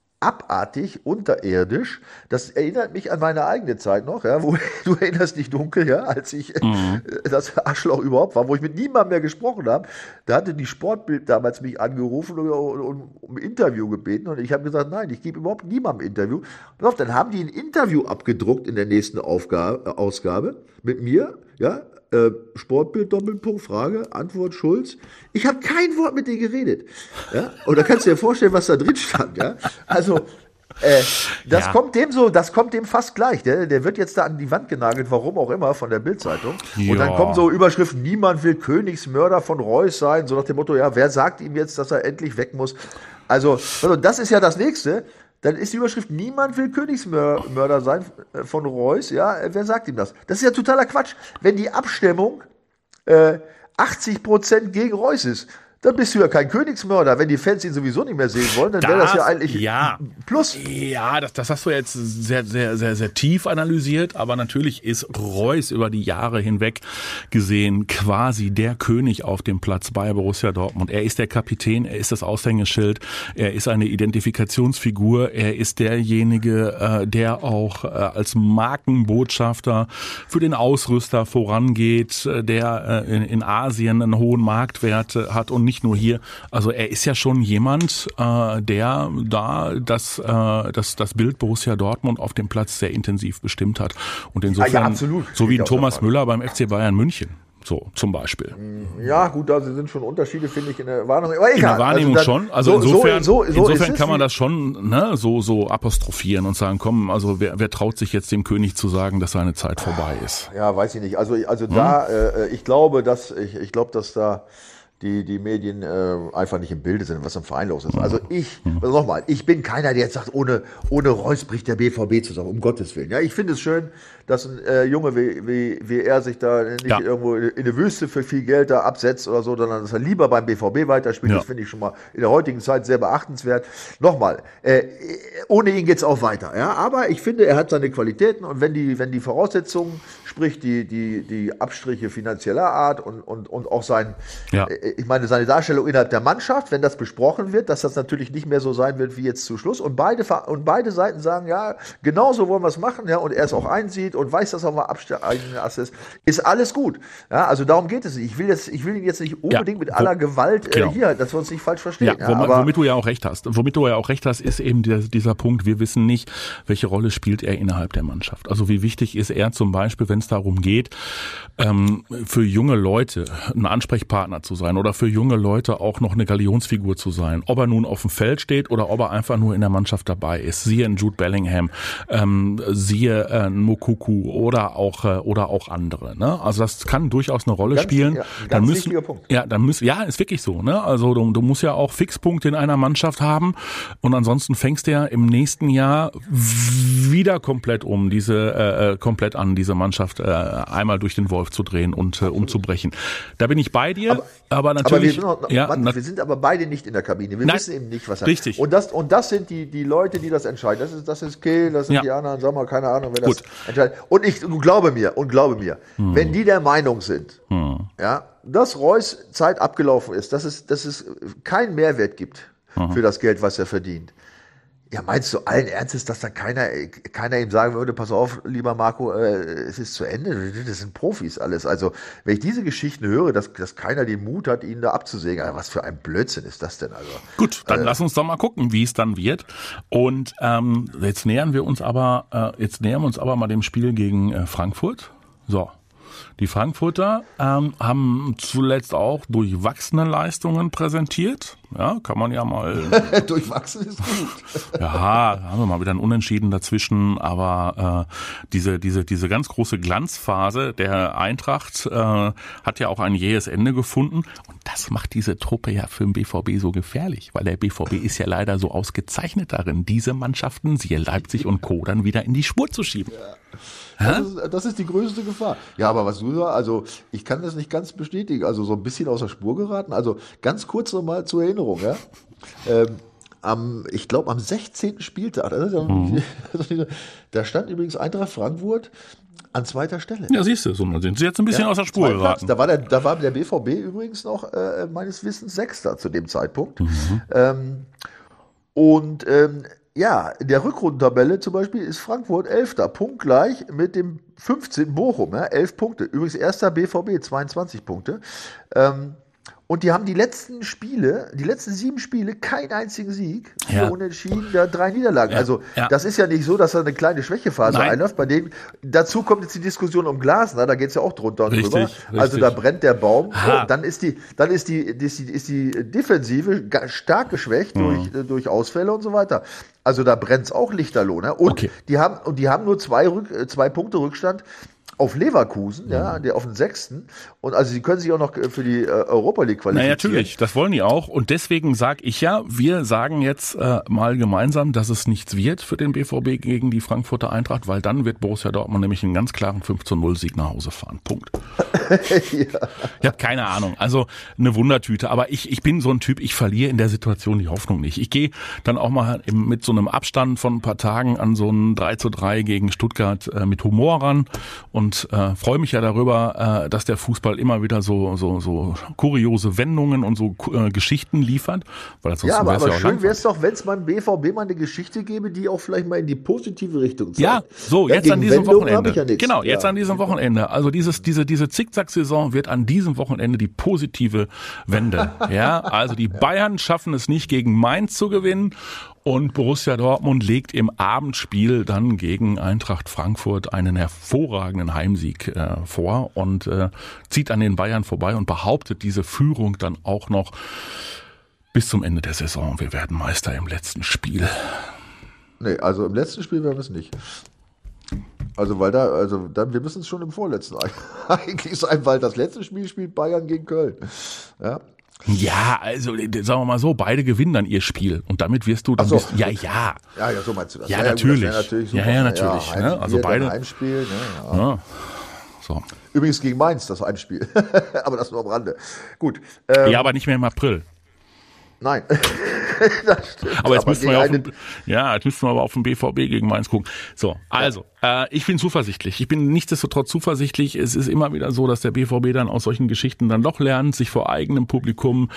abartig, unterirdisch. Das erinnert mich an meine eigene Zeit noch, ja, wo du erinnerst dich dunkel, ja, als ich mhm. das Arschloch überhaupt war, wo ich mit niemandem mehr gesprochen habe. Da hatte die Sportbild damals mich angerufen und, und, und um ein Interview gebeten und ich habe gesagt, nein, ich gebe überhaupt niemandem ein Interview. Pass auf, dann haben die ein Interview abgedruckt in der nächsten Aufgabe, Ausgabe mit mir, ja, Äh, Sportbild, Doppelpunkt, Frage, Antwort Schulz. Ich habe kein Wort mit denen geredet. Ja? Und da kannst du dir vorstellen, was da drin stand. Ja? Also, äh, das ja. kommt dem so, das kommt dem fast gleich. Der, der wird jetzt da an die Wand genagelt, warum auch immer, von der Bild-Zeitung. Ja. Und dann kommen so Überschriften, niemand will Königsmörder von Reus sein, so nach dem Motto, ja, wer sagt ihm jetzt, dass er endlich weg muss? Also, also das ist ja das Nächste. Dann ist die Überschrift, niemand will Königsmörder sein von Reus. Ja, wer sagt ihm das? Das ist ja totaler Quatsch. Wenn die Abstimmung äh, achtzig Prozent gegen Reus ist, dann bist du ja kein Königsmörder. Wenn die Fans ihn sowieso nicht mehr sehen wollen, dann wäre das ja eigentlich ja. Plus. Ja, das, das hast du jetzt sehr, sehr, sehr, sehr tief analysiert. Aber natürlich ist Reus über die Jahre hinweg gesehen quasi der König auf dem Platz bei Borussia Dortmund. Er ist der Kapitän, er ist das Aushängeschild, er ist eine Identifikationsfigur, er ist derjenige, äh, der auch äh, als Markenbotschafter für den Ausrüster vorangeht, der äh, in, in Asien einen hohen Marktwert äh, hat und nicht nur hier. Also er ist ja schon jemand, äh, der da das, äh, das, das Bild Borussia Dortmund auf dem Platz sehr intensiv bestimmt hat. Und insofern, ja, ja, absolut. So wie ein Thomas Müller beim F C Bayern München. So, zum Beispiel. Ja, gut, da sind schon Unterschiede, finde ich, in der Wahrnehmung. Aber egal. In der Wahrnehmung also dann, schon. Also so, insofern, so, so, so insofern kann man das schon ne, so, so apostrophieren und sagen, komm, also wer, wer traut sich jetzt dem König zu sagen, dass seine Zeit vorbei ist? Ja, weiß ich nicht. Also, also hm? da, äh, ich glaube, dass, ich, ich glaube, dass da die, die Medien äh, einfach nicht im Bilde sind, was im Verein los ist. Also ich, also nochmal, ich bin keiner, der jetzt sagt, ohne, ohne Reus bricht der B V B zusammen, um Gottes Willen. Ja, ich finde es schön, dass ein äh, Junge wie, wie, wie er sich da nicht ja. irgendwo in, in eine Wüste für viel Geld da absetzt oder so, sondern dass er lieber beim B V B weiterspielt. Ja. Das finde ich schon mal in der heutigen Zeit sehr beachtenswert. Nochmal, äh, ohne ihn geht's auch weiter. Ja, aber ich finde, er hat seine Qualitäten und wenn die, wenn die Voraussetzungen, sprich die, die, die Abstriche finanzieller Art und, und, und auch sein, ja. äh, ich meine, seine Darstellung innerhalb der Mannschaft, wenn das besprochen wird, dass das natürlich nicht mehr so sein wird wie jetzt zu Schluss. Und beide, und beide Seiten sagen, ja, genauso wollen wir es machen, ja, und er es auch einsieht und weiß, dass er mal absteigen ist, ist alles gut. Ja, also darum geht es nicht. Ich will, jetzt, ich will ihn jetzt nicht unbedingt ja, mit aller wo, Gewalt äh, genau. hier, dass wir uns nicht falsch verstehen. Ja, womit, ja, womit du ja auch recht hast. Womit du ja auch recht hast, ist eben der, dieser Punkt, wir wissen nicht, welche Rolle spielt er innerhalb der Mannschaft. Also wie wichtig ist er zum Beispiel, wenn es darum geht, ähm, für junge Leute ein Ansprechpartner zu sein oder für junge Leute auch noch eine Galionsfigur zu sein. Ob er nun auf dem Feld steht oder ob er einfach nur in der Mannschaft dabei ist. Siehe ein Jude Bellingham, ähm, siehe äh, ein Mokuku oder auch äh, oder auch andere. Ne? Also das kann durchaus eine Rolle ganz, spielen. Ja, dann ganz müssen, wichtiger Punkt. Ja, dann müssen, ja, ist wirklich so. Ne? Also du, du musst ja auch Fixpunkte in einer Mannschaft haben und ansonsten fängst du ja im nächsten Jahr wieder komplett um diese äh, komplett an diese Mannschaft äh, einmal durch den Wolf zu drehen und äh, umzubrechen. Da bin ich bei dir, aber, aber natürlich. Aber wir, sind noch, ja, Mann, wir sind aber beide nicht in der Kabine. Wir nein, wissen eben nicht, was er richtig. Und das und das sind die die Leute, die das entscheiden. Das ist das ist Kehl, das sind ja. die anderen. Sag mal, keine Ahnung, wer das entscheidet. Und ich glaube mir und glaube mir, hm. wenn die der Meinung sind, hm. ja, dass Reus Zeit abgelaufen ist, dass es dass es keinen Mehrwert gibt hm. für das Geld, was er verdient. Ja, meinst du allen Ernstes, dass da keiner, keiner ihm sagen würde, pass auf, lieber Marco, äh, es ist zu Ende, das sind Profis alles. Also, wenn ich diese Geschichten höre, dass, dass keiner den Mut hat, ihn da abzusägen, also, was für ein Blödsinn ist das denn? Also, gut, dann äh, lass uns doch mal gucken, wie es dann wird. Und ähm, jetzt nähern wir uns aber, äh, jetzt nähern wir uns aber mal dem Spiel gegen äh, Frankfurt. So. Die Frankfurter ähm, haben zuletzt auch durchwachsene Leistungen präsentiert. Ja, kann man ja mal. Durchwachsen ist gut. Ja, da haben wir mal wieder ein Unentschieden dazwischen, aber äh, diese diese diese ganz große Glanzphase der Eintracht äh, hat ja auch ein jähes Ende gefunden und das macht diese Truppe ja für den B V B so gefährlich, weil der B V B ist ja leider so ausgezeichnet darin, diese Mannschaften, siehe Leipzig und Co., dann wieder in die Spur zu schieben. Ja. Das ist, das ist die größte Gefahr. Ja, aber was du sagst, also ich kann das nicht ganz bestätigen, also so ein bisschen aus der Spur geraten. Also ganz kurz nochmal zur Erinnerung, ja. Ähm, am, ich glaube am sechzehnten Spieltag, mhm. da stand übrigens Eintracht Frankfurt an zweiter Stelle. Ja, siehst du, so sind sie jetzt ein bisschen ja, aus der Spur geraten. Da war, der, da war der B V B übrigens noch äh, meines Wissens Sechster zu dem Zeitpunkt. Mhm. Ähm, und ähm, ja, in der Rückrundentabelle zum Beispiel ist Frankfurt Elfter, punktgleich mit dem fünfzehnten Bochum, ja, elf Punkte. Übrigens erster B V B, zweiundzwanzig Punkte. Ähm, und die haben die letzten Spiele, die letzten sieben Spiele, keinen einzigen Sieg, vier ja. Unentschieden, da drei Niederlagen. Ja. Also ja. das ist ja nicht so, dass da eine kleine Schwächephase Nein. einläuft. Bei denen, dazu kommt jetzt die Diskussion um Glasner, da geht es ja auch drunter und richtig, drüber. Richtig. Also da brennt der Baum. Oh, dann ist die, dann ist die, ist die, ist die Defensive stark geschwächt mhm. durch, äh, durch Ausfälle und so weiter. Also da brennt es auch lichterloh. Ne? Und, okay. die haben, und die haben nur zwei, Rück, zwei Punkte Rückstand auf Leverkusen, mhm. ja, der auf den sechsten. Und also sie können sich auch noch für die äh, Europa League qualifizieren. Na natürlich, das wollen die auch. Und deswegen sage ich ja, wir sagen jetzt äh, mal gemeinsam, dass es nichts wird für den B V B gegen die Frankfurter Eintracht, weil dann wird Borussia Dortmund nämlich einen ganz klaren fünf zu null Sieg nach Hause fahren. Punkt. ja. Ich habe keine Ahnung. Also eine Wundertüte. Aber ich, ich bin so ein Typ, ich verliere in der Situation die Hoffnung nicht. Ich gehe dann auch mal im, mit so einem Abstand von ein paar Tagen an so ein drei zu drei gegen Stuttgart äh, mit Humor ran und Und äh, freue mich ja darüber, äh, dass der Fußball immer wieder so so so kuriose Wendungen und so äh, Geschichten liefert. Weil ja, aber, aber ja schön wäre es doch, wenn es beim B V B mal eine Geschichte gäbe, die auch vielleicht mal in die positive Richtung zeigt. Ja, so ja, jetzt an diesem Wendung Wochenende. Ja genau, jetzt ja. an diesem Wochenende. Also dieses diese diese Zickzack-Saison wird an diesem Wochenende die positive Wende. ja, also die Bayern schaffen es nicht gegen Mainz zu gewinnen. Und Borussia Dortmund legt im Abendspiel dann gegen Eintracht Frankfurt einen hervorragenden Heimsieg äh, vor und äh, zieht an den Bayern vorbei und behauptet diese Führung dann auch noch bis zum Ende der Saison. Wir werden Meister im letzten Spiel. Nee, also im letzten Spiel werden wir es nicht. Also weil da, also dann, wir müssen es schon im vorletzten eigentlich sein, weil das letzte Spiel spielt Bayern gegen Köln. Ja. Ja, also sagen wir mal so, beide gewinnen dann ihr Spiel und damit wirst du dann so. bist, ja ja ja ja so meinst du das ja, ja natürlich. Ja, natürlich ja ja natürlich ja, ne? Also beide Heimspiel ne? ja. Ja. So. Übrigens gegen Mainz das Heimspiel aber das nur am Rande gut ähm, ja aber nicht mehr im April. Nein. das stimmt. Aber jetzt aber müssen wir ja auf den, ja, jetzt müssen wir aber auf den B V B gegen Mainz gucken. So, also, ja. äh, ich bin zuversichtlich. Ich bin nichtsdestotrotz zuversichtlich. Es ist immer wieder so, dass der B V B dann aus solchen Geschichten dann doch lernt, sich vor eigenem Publikum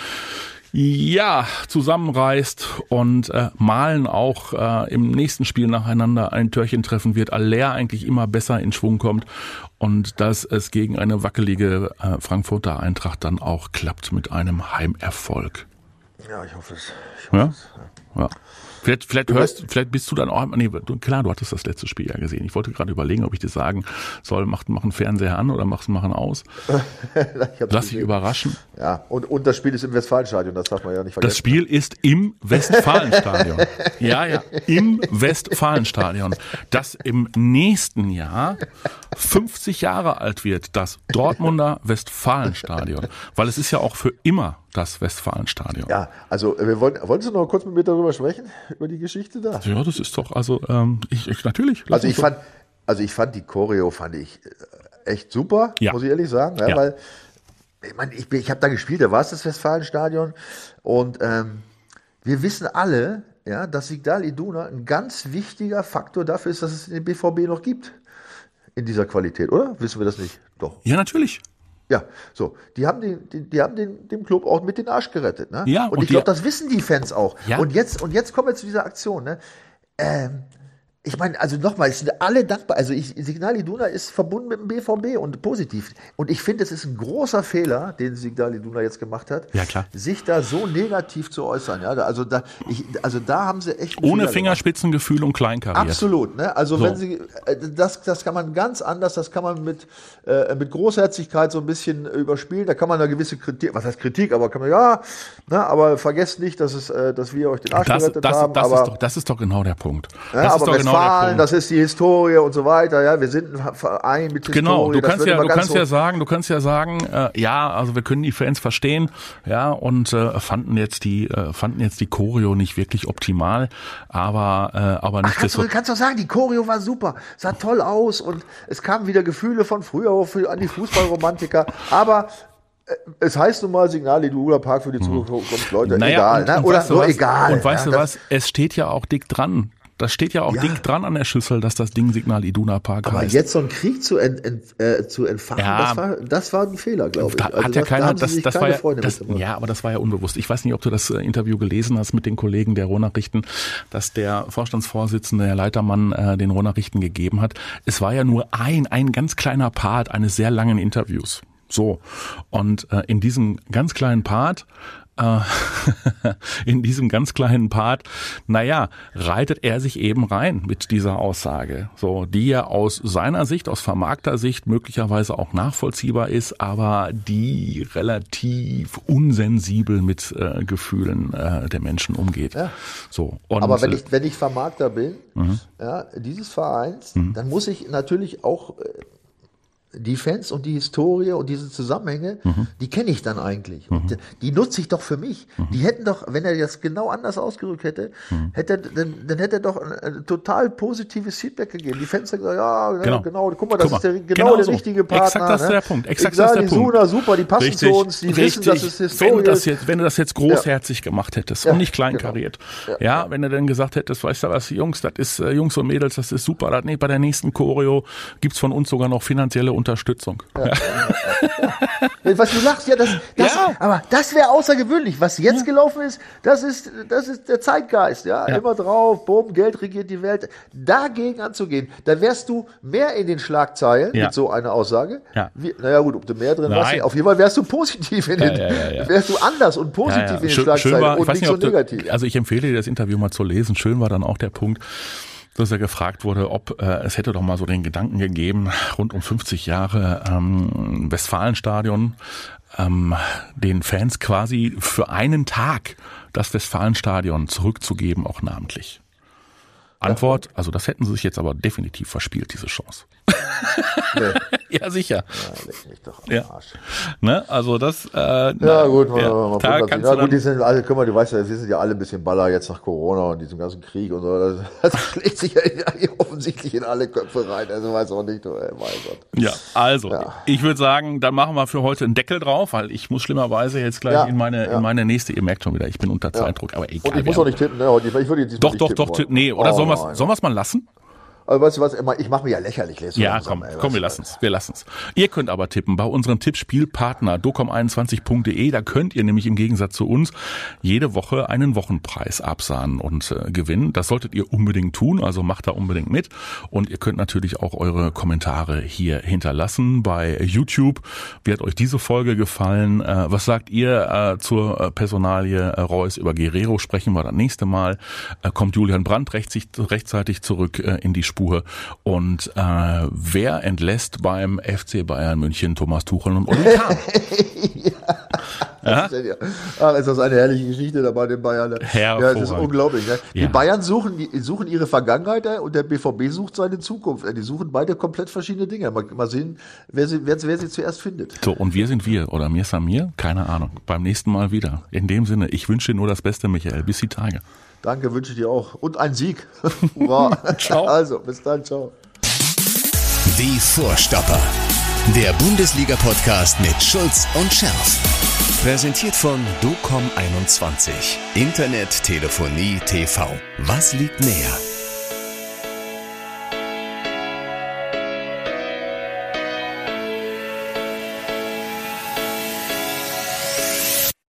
ja zusammenreißt und äh, Malen auch äh, im nächsten Spiel nacheinander ein Törchen treffen wird, Aller eigentlich immer besser in Schwung kommt und dass es gegen eine wackelige äh, Frankfurter Eintracht dann auch klappt mit einem Heimerfolg. Ja, ich hoffe es. Ich hoffe ja? es. Ja. Vielleicht, vielleicht hörst, vielleicht bist du dann auch, nee, du, klar, du hattest das letzte Spiel ja gesehen. Ich wollte gerade überlegen, ob ich dir sagen soll, mach, mach einen Fernseher an oder mach, mach ihn aus. Lass dich überraschen. Ja, und, und das Spiel ist im Westfalenstadion, das darf man ja nicht vergessen. Das Spiel ist im Westfalenstadion. ja, ja, im Westfalenstadion. Das im nächsten Jahr fünfzig Jahre alt wird, das Dortmunder Westfalenstadion. Weil es ist ja auch für immer das Westfalenstadion. Ja, also wir wollen, wollen Sie noch kurz mit mir darüber sprechen, über die Geschichte da? Ja, das ist doch, also ähm, ich, ich natürlich. Also ich, fand, also ich fand die Choreo, fand ich echt super, ja. muss ich ehrlich sagen, ja, ja. weil ich meine, ich, ich habe da gespielt, da war es das Westfalenstadion und ähm, wir wissen alle, ja, dass Sigdal Iduna ein ganz wichtiger Faktor dafür ist, dass es den B V B noch gibt in dieser Qualität, oder? Wissen wir das nicht? Doch. Ja, natürlich. Ja, so, die haben den, die, die haben den, dem Club auch mit den Arsch gerettet, ne? Ja, und, und ich glaube, das wissen die Fans auch. Ja. Und jetzt, und jetzt kommen wir zu dieser Aktion, ne? Ähm, Ich meine, also nochmal, es sind alle dankbar. Also ich, Signal Iduna ist verbunden mit dem B V B und positiv. Und ich finde, es ist ein großer Fehler, den Signal Iduna jetzt gemacht hat, ja, klar. sich da so negativ zu äußern. Ja, also da, ich, also da haben sie echt ohne Fingerspitzengefühl und kleinkariert. Absolut. Ne? Also so. wenn sie, das, das kann man ganz anders. Das kann man mit äh, mit Großherzigkeit so ein bisschen überspielen. Da kann man eine gewisse Kritik, was heißt Kritik, aber kann man ja, ne, aber vergesst nicht, dass es, äh, dass wir euch den Arsch das, gerettet das, haben. Das, aber, ist doch, das ist doch genau der Punkt. Ja, das aber ist doch genau der Punkt. Das ist die Historie und so weiter. Ja, wir sind ein Verein mit Historie. Genau, du kannst ja, du kannst so ja sagen, du kannst ja sagen, äh, ja, also wir können die Fans verstehen, ja, und äh, fanden jetzt die, äh, fanden jetzt die Choreo nicht wirklich optimal, aber, äh, aber nicht. Ach, kannst, du, kannst du sagen, die Choreo war super, sah toll aus und es kamen wieder Gefühle von früher für, an die Fußballromantiker, aber es heißt nun mal Signal Iduna Park für die Zukunft, Leute, naja, egal, und, ne? und Oder weißt du nur was? egal. Und weißt ja, du was? Es steht ja auch dick dran. Das steht ja auch ja. dick dran an der Schüssel, dass das Ding Signal Iduna Park aber heißt. Aber jetzt so einen Krieg zu, ent, ent, äh, zu entfachen, ja. das, war, das war ein Fehler, glaube ich. Da also hat ja das, keiner, da das, das keine war ja, Freunde das, ja, aber das war ja unbewusst. Ich weiß nicht, ob du das Interview gelesen hast mit den Kollegen der Ruhrnachrichten, dass der Vorstandsvorsitzende, Herr Leitermann, äh, den Ruhrnachrichten gegeben hat. Es war ja nur ein, ein ganz kleiner Part eines sehr langen Interviews. So. Und äh, in diesem ganz kleinen Part in diesem ganz kleinen Part, naja, reitet er sich eben rein mit dieser Aussage, so, die ja aus seiner Sicht, aus Vermarkter-Sicht möglicherweise auch nachvollziehbar ist, aber die relativ unsensibel mit äh, Gefühlen äh, der Menschen umgeht. Ja. So, und, aber wenn ich, wenn ich Vermarkter bin, mhm. ja, dieses Vereins, mhm. dann muss ich natürlich auch äh, die Fans und die Historie und diese Zusammenhänge, mhm. die kenne ich dann eigentlich. Mhm. Und die nutze ich doch für mich. Mhm. Die hätten doch, wenn er das genau anders ausgedrückt hätte, mhm. hätte dann, dann hätte er doch ein, ein total positives Feedback gegeben. Die Fans sagen, ja, genau, genau guck mal, das guck mal. ist der, genau, genau der so. richtige Partner. Exakt das ist ne? der Punkt. Exakt das ist der die Punkt. Suna, super, die passen Richtig. zu uns, die Richtig. wissen, dass es Historie wenn du das ist. Jetzt, wenn du das jetzt großherzig ja. gemacht hättest ja. und nicht kleinkariert. Genau. Ja. ja, wenn du dann gesagt hättest, weißt du was, Jungs, das ist, äh, Jungs und Mädels, das ist super. Das, nee, bei der nächsten Choreo gibt's von uns sogar noch finanzielle Unterstützung. Ja. Ja. Ja. Was du lachst, ja, das, das ja. aber das wäre außergewöhnlich. Was jetzt ja. gelaufen ist, das ist, das ist der Zeitgeist, ja? ja. Immer drauf, boom, Geld regiert die Welt. Dagegen anzugehen, dann wärst du mehr in den Schlagzeilen ja. mit so einer Aussage. Ja. Wie, naja, gut, ob du mehr drin warst, auf jeden Fall wärst du positiv in den, ja, ja, ja. wärst du anders und positiv in den schön, Schlagzeilen schön war, und nicht, nicht so du, negativ. Also ich empfehle dir, das Interview mal zu lesen. Schön war dann auch der Punkt, dass er gefragt wurde, ob äh, es hätte doch mal so den Gedanken gegeben, rund um fünfzig Jahre ähm, Westfalenstadion, ähm, den Fans quasi für einen Tag das Westfalenstadion zurückzugeben, auch namentlich. Antwort, also das hätten sie sich jetzt aber definitiv verspielt, diese Chance. Nee. Ja, sicher. Ja, leck mich doch am ja. Arsch. Ne? Also das, äh, ja, na, gut, mal, ja, mal da gut, kannst ja, du gut, die sind alle, guck mal, du weißt ja, wir sind ja alle ein bisschen Baller jetzt nach Corona und diesem ganzen Krieg und so. Das, das schlägt sich ja in, offensichtlich in alle Köpfe rein. Also weiß auch nicht, ey, mein Gott. Ja, also, ja. ich würde sagen, dann machen wir für heute einen Deckel drauf, weil ich muss schlimmerweise jetzt gleich ja, in meine ja. in meine nächste, ihr merkt schon wieder, ich bin unter Zeitdruck, aber egal. Und ich muss auch nicht tippen, ne? Ich würde jetzt Doch, doch, doch, tippen, nee, oder oh, sollen wir es sollen wir's mal lassen? Also weißt du was, ich mache mich ja lächerlich. Ja, komm, ey, komm, wir lassen's, wir lassen's. Ihr könnt aber tippen bei unserem Tippspielpartner docom einundzwanzig punkt de. Da könnt ihr nämlich im Gegensatz zu uns jede Woche einen Wochenpreis absahnen und äh, gewinnen. Das solltet ihr unbedingt tun, also macht da unbedingt mit. Und ihr könnt natürlich auch eure Kommentare hier hinterlassen bei YouTube. Wie hat euch diese Folge gefallen? Äh, was sagt ihr äh, zur äh, Personalie äh, Reus über Guerrero? Sprechen wir das nächste Mal. Äh, kommt Julian Brandt rechtzeitig, rechtzeitig zurück äh, in die Spur. Und äh, wer entlässt beim F C Bayern München Thomas Tuchel und Oli Kahn? Ja. Ja? Ach, ist das eine herrliche Geschichte da bei den Bayern. Ja, das ist unglaublich. Ne? Die ja. Bayern suchen, die suchen ihre Vergangenheit und der B V B sucht seine Zukunft. Die suchen beide komplett verschiedene Dinge. Mal, mal sehen, wer sie, wer, wer sie zuerst findet. So, und wir sind wir oder mir Samir? Keine Ahnung. Beim nächsten Mal wieder. In dem Sinne, ich wünsche dir nur das Beste, Michael. Bis die Tage. Danke, wünsche ich dir auch. Und einen Sieg. Hurra. Ciao. Also, bis dann, ciao. Die Vorstopper. Der Bundesliga-Podcast mit Schulz und Scherf. Präsentiert von docom einundzwanzig. Internet, Telefonie, T V. Was liegt näher?